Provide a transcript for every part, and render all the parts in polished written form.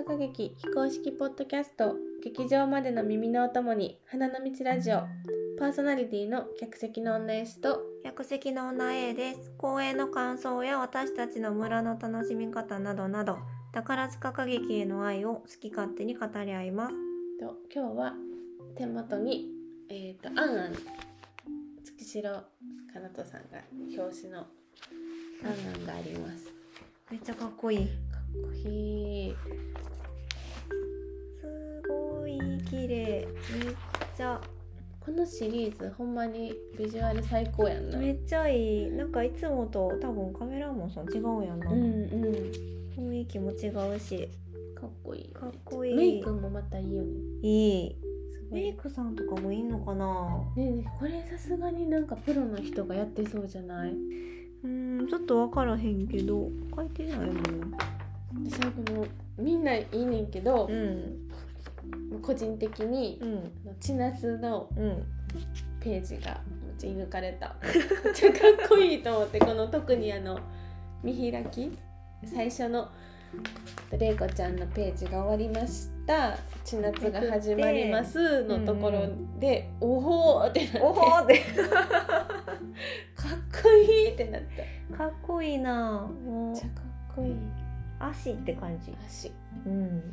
歌劇非公式ポッドキャスト劇場までの耳のお供に花の道ラジオパーソナリティの客席の女 S と客席の女 A です。公演の感想や私たちの村の楽しみ方などなど宝塚歌劇への愛を好き勝手に語り合います。 今日は手元にあんあん月城かなとさんが表紙のあんあんがあります。 めっちゃかっこいい。 かっこいい。 すごい綺麗。めっちゃこのシリーズほんまにビジュアル最高やんな。 めっちゃいい。なんかいつもと多分カメラマンさん違うやんな。雰囲気も違うしかっこいい。 かっこいい。 メイクもまたいいよね。 いい。メイクさんとかもいいのかな。 ねえこれさすがになんかプロの人がやってそうじゃない？ ちょっと分からへんけど書いてないもん。 私はこのみんないいねんけど、個人的に、千夏のページがめっちゃ射抜かれた。めっちゃかっこいいと思って、この特に見開き最初のれいこちゃんのページが終わりました、千夏が始まりますのところで、おほーってなって、 おほーってかっこいいってなった。 かっこいいな。 めっちゃかっこいい。 足って感じ。 足。 めめっ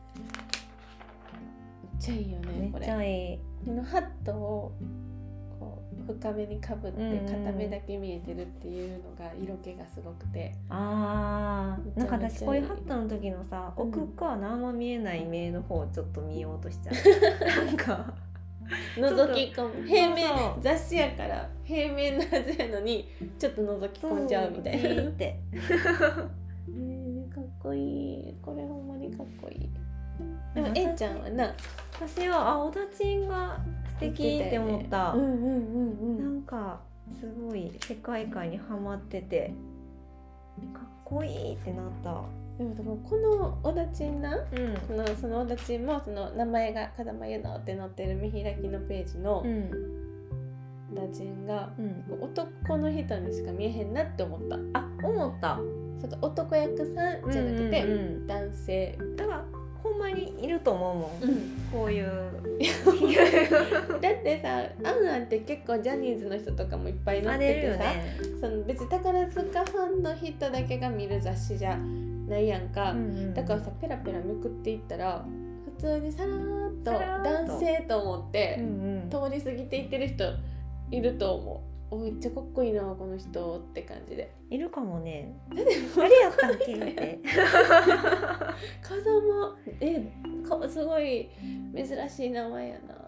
ちゃいいよね。 めっちゃいい。 このハットをこう深めにかぶって片目だけ見えてるっていうのが色気がすごくて、 なんか私こういうハットの時のさ、奥側のあんま見えない目の方をちょっと見ようとしちゃう。なんか覗き込む。平面雑誌やから平面なはずやのにちょっと覗き込んじゃうみたいな。 ってかっこいい。これほんまにかっこいい。でもAちゃんはな、 私はおだちんが素敵って思った。なんかすごい世界観にハマっててかっこいいってなった。 でもこのおだちんな、そのおだちんもその名前が風間ゆのって載ってる見開きのページのおだちんが、男の人にしか見えへんなって思った。 思った。 男役さんじゃなくて、男性だからほんまにいると思うもん、こういうだってさ、あんあんって結構ジャニーズの人とかもいっぱい載っててさ、その別に宝塚ファンの人だけが見る雑誌じゃないやんか、だからさペラペラめくっていったら普通にさらーっと男性と思って、通り過ぎていってる人いると思う。めっちゃかっこいいなこの人って感じでいるかもね。誰やったっけって風間すごい珍しい名前やな。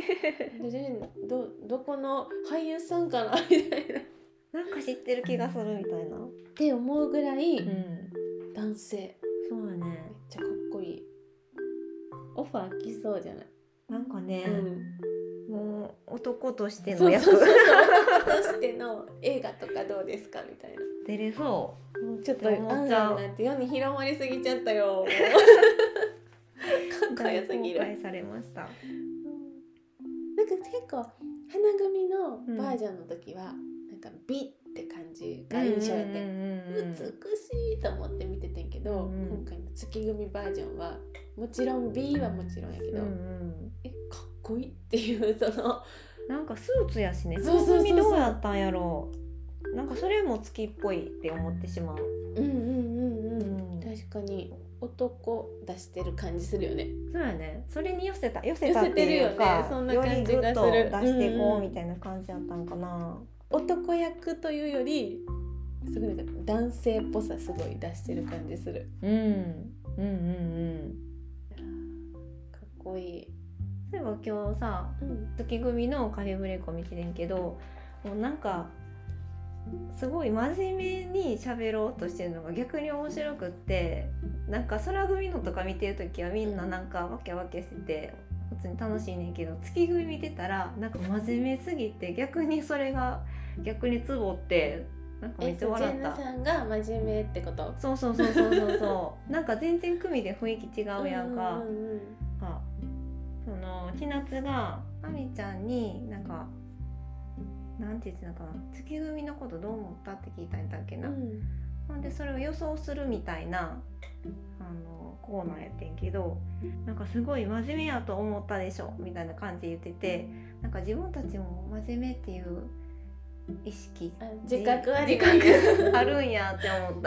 どこの俳優さんかなみたいな。なんか知ってる気がするみたいなって思うぐらい、男性。 そうだね。めっちゃかっこいい。オファー来そうじゃない？ なんかね、もう男としての役男としての映画とかどうですかみたいな。 出れそう。 もうちょっとあんあんなんて世に広まりすぎちゃったよ。かっこよすぎる。 公開されました。 なんか結構花組のバージョンの時は、なんか美って感じが印象やって、美しいと思って見ててんけど、今回の月組バージョンはもちろん美はもちろんやけど、かっこいいっていうそのなんかスーツやしね。花組どうやったんやろう。なんかそれも月っぽいって思ってしまう。 確かに男出してる感じするよね。 そうやね。それに寄せたっていうか、 そんな感じがする。 よりグッと出していこうみたいな感じだったんかな。 男役というよりすごいなんか男性っぽさすごい出してる感じする。かっこいい。 そういえば今日さ、月組のカフェブレイクを見てるんけど、もうなんかすごい真面目に喋ろうとしてるのが逆に面白くって、なんか空組のとか見てるときはみんななんかワキワキしてて普通に楽しいねんけど、月組見てたらなんか真面目すぎて逆にそれが逆にツボってなんかめっちゃ笑った。 ジェンヌさんが真面目ってこと？ そうなんか全然組で雰囲気違うやんか。その千夏があみちゃんになんかなんて言ってたかな、月組のことどう思ったって聞いたんだっけな、 ほんでそれを予想するみたいなコーナーやってんけど、なんかすごい真面目やと思ったでしょみたいな感じで言ってて、なんか自分たちも真面目っていう意識自覚あるんやって思った。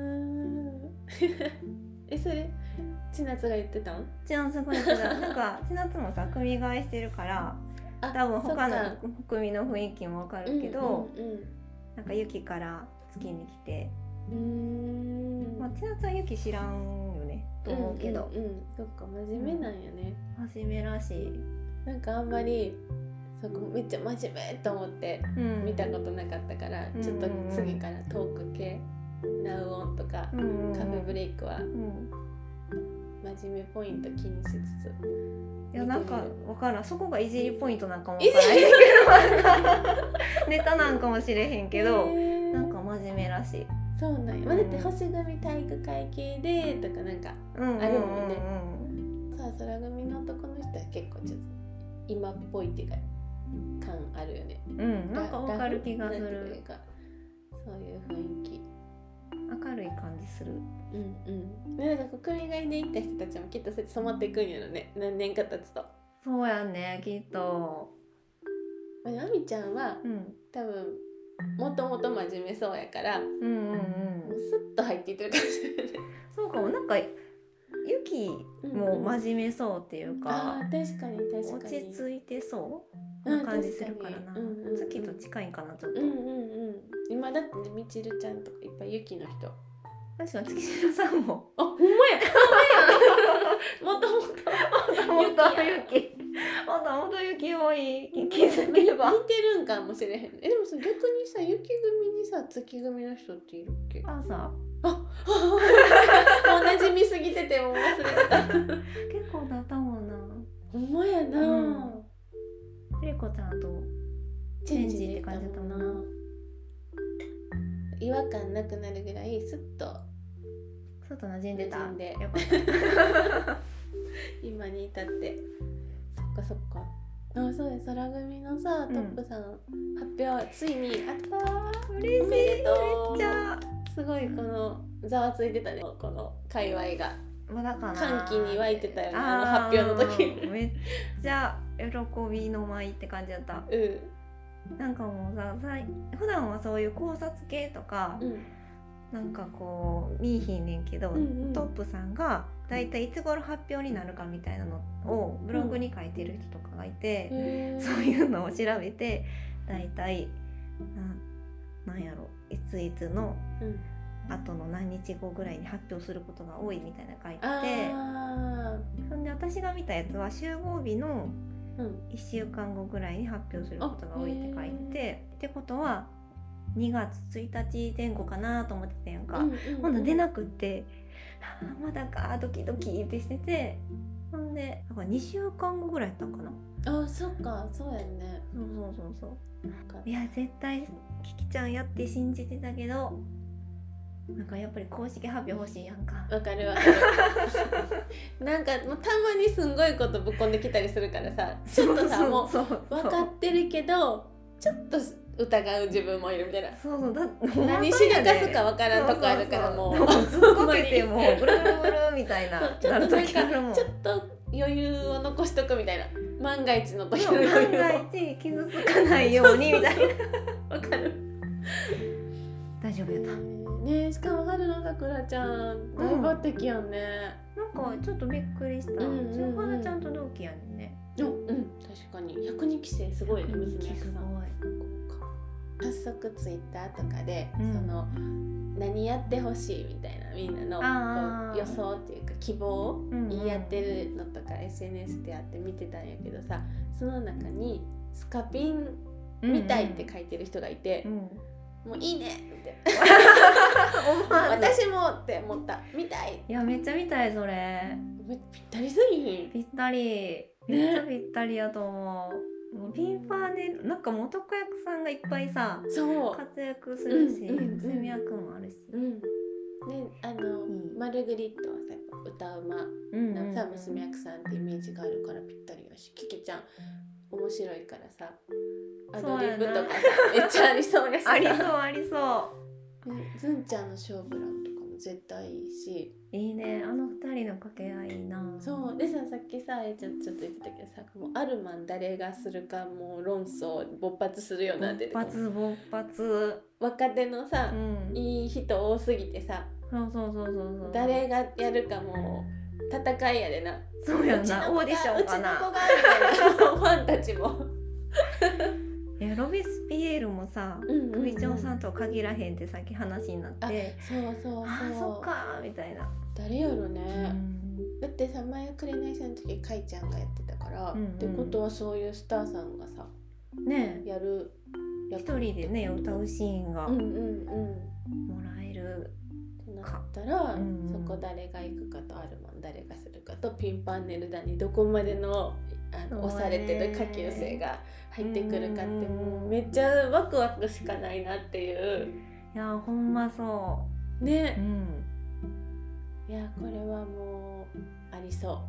それ千夏が言ってたん？ 千夏が言ってた。なんか千夏もさ組替えしてるから多分他の組の雰囲気もわかるけど、なんか雪から月に来て、まあ、千夏は雪知らんよねと思うけど、 そっか真面目なんやね、 真面目らしい。 なんかあんまりそこめっちゃ真面目と思って見たことなかったから、ちょっと次からトーク系、ナウオンとか、カフェブレイクは、真面目ポイント気にしつつ、 いやなんか分からん、そこがいじりポイントなんかも分からないけどネタなんかもしれへんけど、なんか真面目らしい。 そうなんや、だって星組体育会系でとかなんかあるもんね。さあ空組の男の人は結構ちょっと今っぽいっていうか感あるよね。 なんか分かる気がする。 そういう雰囲気、 明るい感じする。 なんか組替えで行った人たちもきっとそれ染まっていくんやろね、何年か経つと。 そうやね、きっと。 あみちゃんは、多分もともと真面目そうやから、もうスッと入っていってるかもしれない。 そうかも。なんかユキも真面目そうっていうか、 確かに落ち着いてそうな感じするからな。月と近いんかなちょっと。 今だってね、みちるちゃんとかいっぱいユキの人。 確かに月城さんも。 あ、ほんまや。もともと雪多い気づけば。似てるんかもしれへん。でもさ、逆にさ、雪組にさ、月組の人っているっけ？もう馴染みすぎててもう忘れてた。 結構だったもんな。 ほんまやな。 レコちゃんとチェンジって感じだったもんな。 違和感なくなるぐらいスッと馴染んでた。よかった今に至って。そっか。あ、そうや、空組のさ、トップさん発表ついにあった。 嬉しい。めっちゃすごいこのざわついてたね、この界隈が。 まだかな。 歓喜に沸いてたよね、発表の時。 めっちゃ喜びの舞って感じだった。なんかもうさ、普段はそういう考察系とか、なんかこう見いひんねんけど、トップさんがだいたいいつ頃発表になるかみたいなのをブログに書いてる人とかがいて、そういうのを調べてだいたいなんやろ、いついつの後の何日後ぐらいに発表することが多いみたいな書いてて、そんで私が見たやつは集合日の1週間後ぐらいに発表することが多いって書いて、ってことは2月1日前後かなと思ってたやんか。ほんと出なくって、まだかドキドキってしてて、ほんでだから2週間後ぐらいやったんかな。 そっか、そうやね。 そういや絶対キキちゃんやって信じてたけど、なんかやっぱり公式発表欲しいやんか。 わかるなんかもうたまにすんごいことぶっこんできたりするからさ、ちょっとさもう分かってるけどちょっと疑う自分もいるみたいな。何しでかすか分からんとこあるから、もうずっこけてもうブルブルブルみたいなちょっと余裕を残しとくみたいな、万が一の時の余裕を、 万が一傷つかないようにみたいな。 わかる。 大丈夫やったね。しかも春のさくらちゃん大抜擢やんね。 なんかちょっとびっくりした。春ちゃんと同期やねんね。 確かに102期生すごいね、娘役さん。早速ツイッターとかで、その何やってほしいみたいなみんなのこう予想っていうか希望言い合ってるのとか SNS でやって見てたんやけどさ、その中にスカピン見たいって書いてる人がいて、もういいねって私もって思った。見たい。 いやめっちゃ見たい。それぴったりすぎひん？ ぴったり、めっちゃぴったりやと思う。ピンパーでなんか元子役さんがいっぱいさ活躍するし、娘役もあるし、 マルグリットはさ歌うまのさ娘役さんってイメージがあるからぴったりやし、キキちゃん面白いからさ、アドリブとかさめっちゃありそうやしさ。 ありそうずんちゃんの勝負欄とかも絶対いいし。 いいね、あの二人の掛け合いいいな。 そうでさ、さっきさちょっと言ってたけどさ、もうアルマン誰がするかもう論争勃発するようになってて、 勃発若手のさ、いい人多すぎてさ、 そう誰がやるかもう戦いやでな。 そうやな、オーディションかな、 うちの子がみたいなファンたちもいやロビスピエールもさ、首長さんとは限らへんってさっき話になって、 そうあそっかみたいな。 誰やろね、だってさ、前くれないさんの時かいちゃんがやってたから、ってことはそういうスターさんがさねやる、 一人でね歌うシーンがもらえるってなったら、そこ誰が行くかとアルマン誰がするかとピンパンネルダにどこまでの押されてる下級生が入ってくるかって、もうめっちゃワクワクしかないなっていう。 いやほんまそうね、いやこれはもうありそう。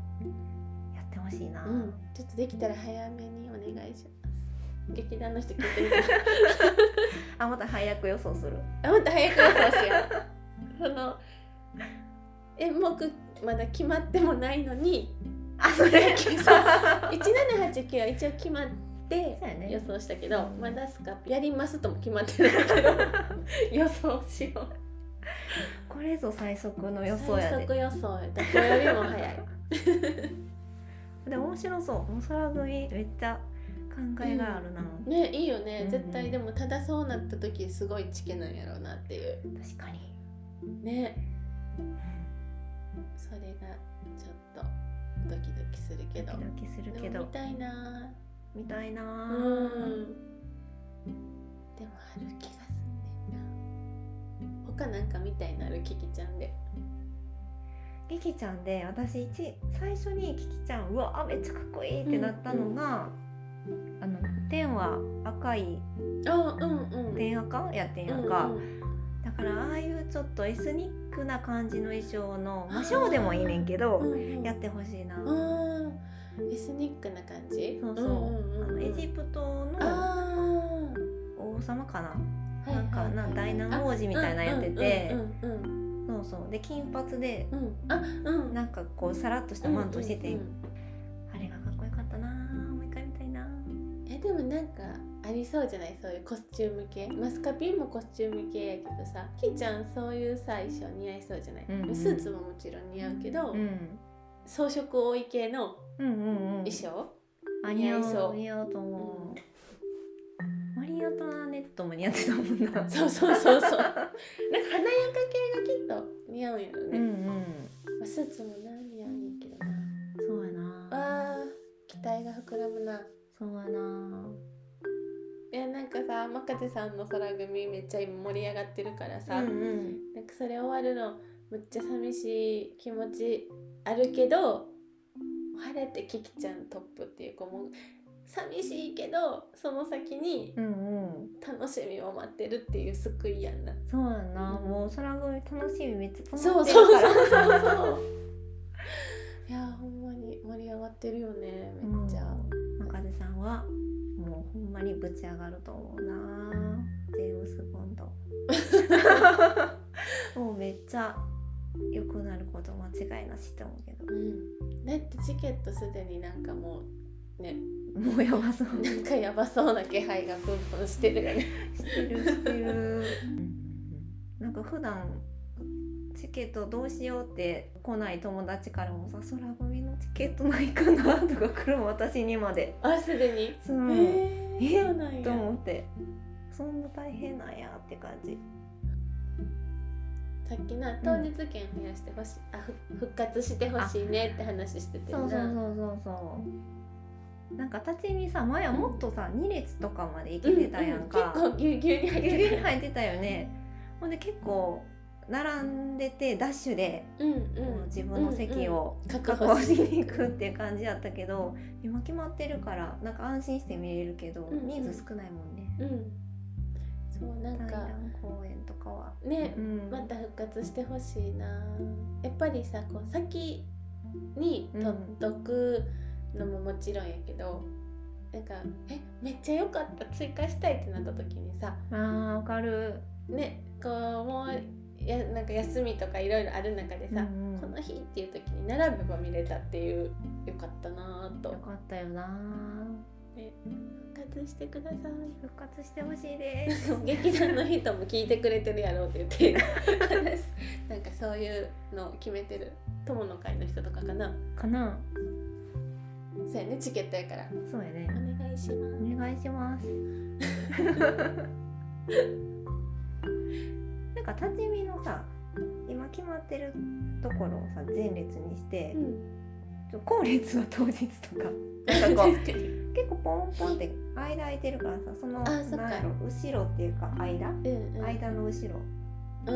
やってほしいな、 ちょっとできたら早めにお願いします。劇団の人聞いてみてあ、また早く予想する。 また早く予想しようその演目まだ決まってもないのに、 それ 1789は一応決まって予想したけど、まだスカやりますとも決まってないけど予想しよう。 これぞ最速の予想やで。 最速予想や、どこよりも早いで面白そう。空組めっちゃ考えがあるな、 ね、いいよね、絶対。でもただそうなった時すごいチケなんやろうなっていう。 確かにね、それがちょっとドキドキするけど、でも見たいな見たいな。 でもある気がすんねんな。他なんか見たいなるキキちゃんで。 キキちゃんで私最初にキキちゃんうわめっちゃかっこいいってなったのが、天は赤い天赤やってんやんか、だからああいうちょっとエスニックな感じの衣装のショーでもいいねんけど、やってほしいな。 エスニックな感じ。 そうそう、エジプトの王様かな、なんか大南王子みたいなやってて、そうそうで金髪で、なんかこうさらっとしたマントしてて、あれがかっこよかったな。もう一回見たいな。 でもなんかありそうじゃない、そういうコスチューム系。マスカピンもコスチューム系やけどさ、キーちゃんそういうさ衣装似合いそうじゃない、スーツももちろん似合うけど、装飾多い系の衣装、似合いそう。 似合うと思う、マリー・アントワネットも似合ってたもんな。 そうなんか華やか系がきっと似合うんやろね。スーツもな似合うんやけどな。 そうやな。 期待が膨らむな。 そうやな。 いやなんかさ、真風さんの空組めっちゃ今盛り上がってるからさ、なんかそれ終わるのむっちゃ寂しい気持ちあるけど、晴れてキキちゃんトップっていう子も寂しいけど、その先に楽しみを待ってるっていう救いやんな。 そうやな、もう空組楽しみめっちゃ詰まってるから。 そういやほんまに盛り上がってるよね、めっちゃ。 真風さんはもうほんまにぶち上がると思うな。ジェームス・ボンドもうめっちゃ良くなること間違いなしって思うけど、 だってチケットすでになんかもうね、 もうやばそう、 なんかやばそうな気配がプンプンしてるよね。 してるなんか普段チケットどうしようって来ない友達からもさ、空組のチケットないかなとか来る私にまで。 すでに。 そうなんやと思って、そんな大変なんやって感じ。 さっきな当日券増やしてほしい、復活してほしいねって話してて、 そうなんか立ち見さ、前はもっとさ2列とかまで行けてたやんか、 結構ぎゅうぎゅうに入ってたよね。ほんで結構並んでてダッシュで、自分の席を確保しに行くっていう感じだったけど、今決まってるからなんか安心して見れるけど、人数少ないもんね。 そうなんか対談公演とかはね、また復活してほしいな。やっぱりさ、こう先に取っとくのももちろんやけど、なんかめっちゃ良かった追加したいってなった時にさ、 わかる。 ねこうもうなんか休みとかいろいろある中でさ、この日っていう時に並べば見れたっていう、よかったなと。 よかったよな、 ね、復活してください。 復活してほしいです劇団の人も聞いてくれてるやろうって言ってなんかそういうのを決めてる友の会の人とかかなそうやね、チケットやから。 そうやね、 お願いします。 お願いしますなんか立ち見のさ、今決まってるところをさ前列にして、後列の当日とかなんかこう結構ポンポンって間空いてるからさ、そのなんやろ後ろっていうか間の後ろま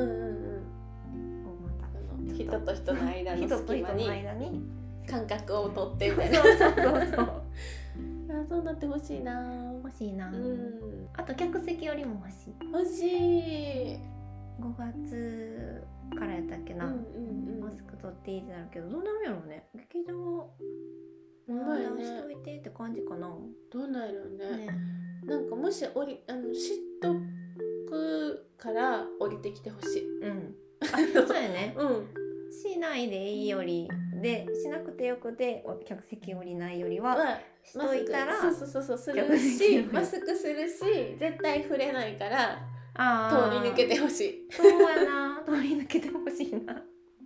た人と人の間の隙間に間隔を取ってみたいなそうそうなってほしいな。 欲しいな、あと客席よりも欲しい。 5月からやったっけな、マスク取っていいってなるけど、どうなるんやろうね。劇場出しといてって感じかな。 どうなるね。なんかもし知っとくから降りてきてほしい。 そうやね。しないでいいよりで、しなくてよくて客席降りないよりはしといたら、 そうするし、マスクするし、絶対触れないから通り抜けてほしい。 そうやな、通り抜けてほしいな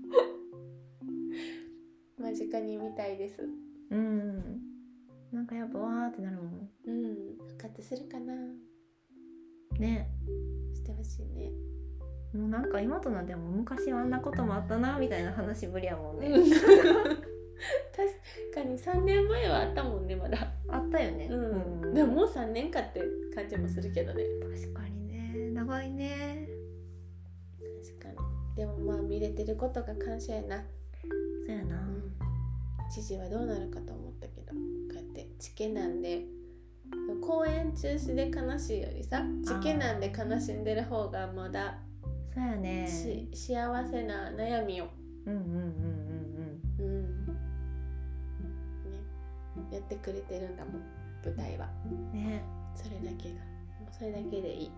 間近に見たいです。 なんかやっぱわーってなるもん。 復活するかなね。 してほしいね。 もうなんか今となっても昔はあんなこともあったなみたいな話ぶりやもんね。 確かに3年前はあったもんね。まだあったよね。 でももう3年かって感じもするけどね。 確かにね、長いね。 確かに。でもまあ見れてることが感謝やな。 そうやな。 知事はどうなるかと思ったけど、こうやってチケなんで公演中止で悲しいよりさ、チケなんで悲しんでる方がまだそうやね、 幸せな悩みをやってくれてるんだもん、舞台はね。 それだけが、もうそれだけでいい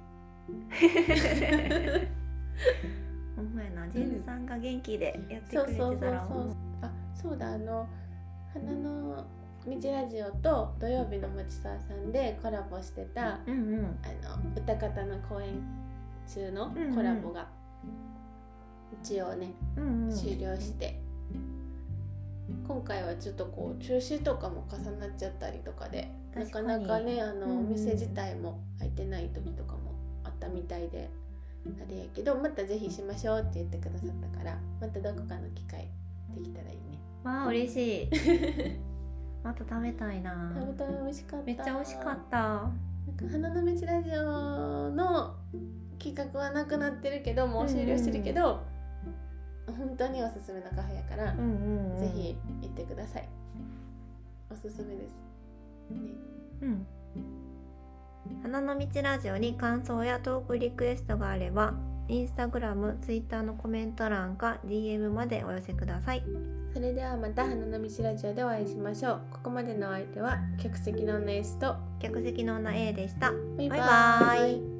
ほんまやな、ジェンさんが元気でやってくれてたら。 そうだ、花の道ラジオと土曜日の町沢さんでコラボしてた、歌方の公演中のコラボが一応ね、終了して、今回はちょっとこう中止とかも重なっちゃったりとかで、なかなかねお店自体も開いてない時とかもあったみたいであれやけど、またぜひしましょうって言ってくださったから、またどこかの機会できたらいいね。 わあ嬉しいまた食べたいな。 食べたら美味しかった。 めっちゃ美味しかった。 なんか花の道ラジオの企画はなくなってるけど、もう終了してるけど、本当におすすめのカフェやから、ぜひ行ってください。おすすめですね。 花の道ラジオに感想やトークリクエストがあれば、インスタグラム、ツイッターのコメント欄か DM までお寄せください。 それではまた花の道ラジオでお会いしましょう。ここまでのお相手は客席の女 S と客席の女 A でした。 バイバイ。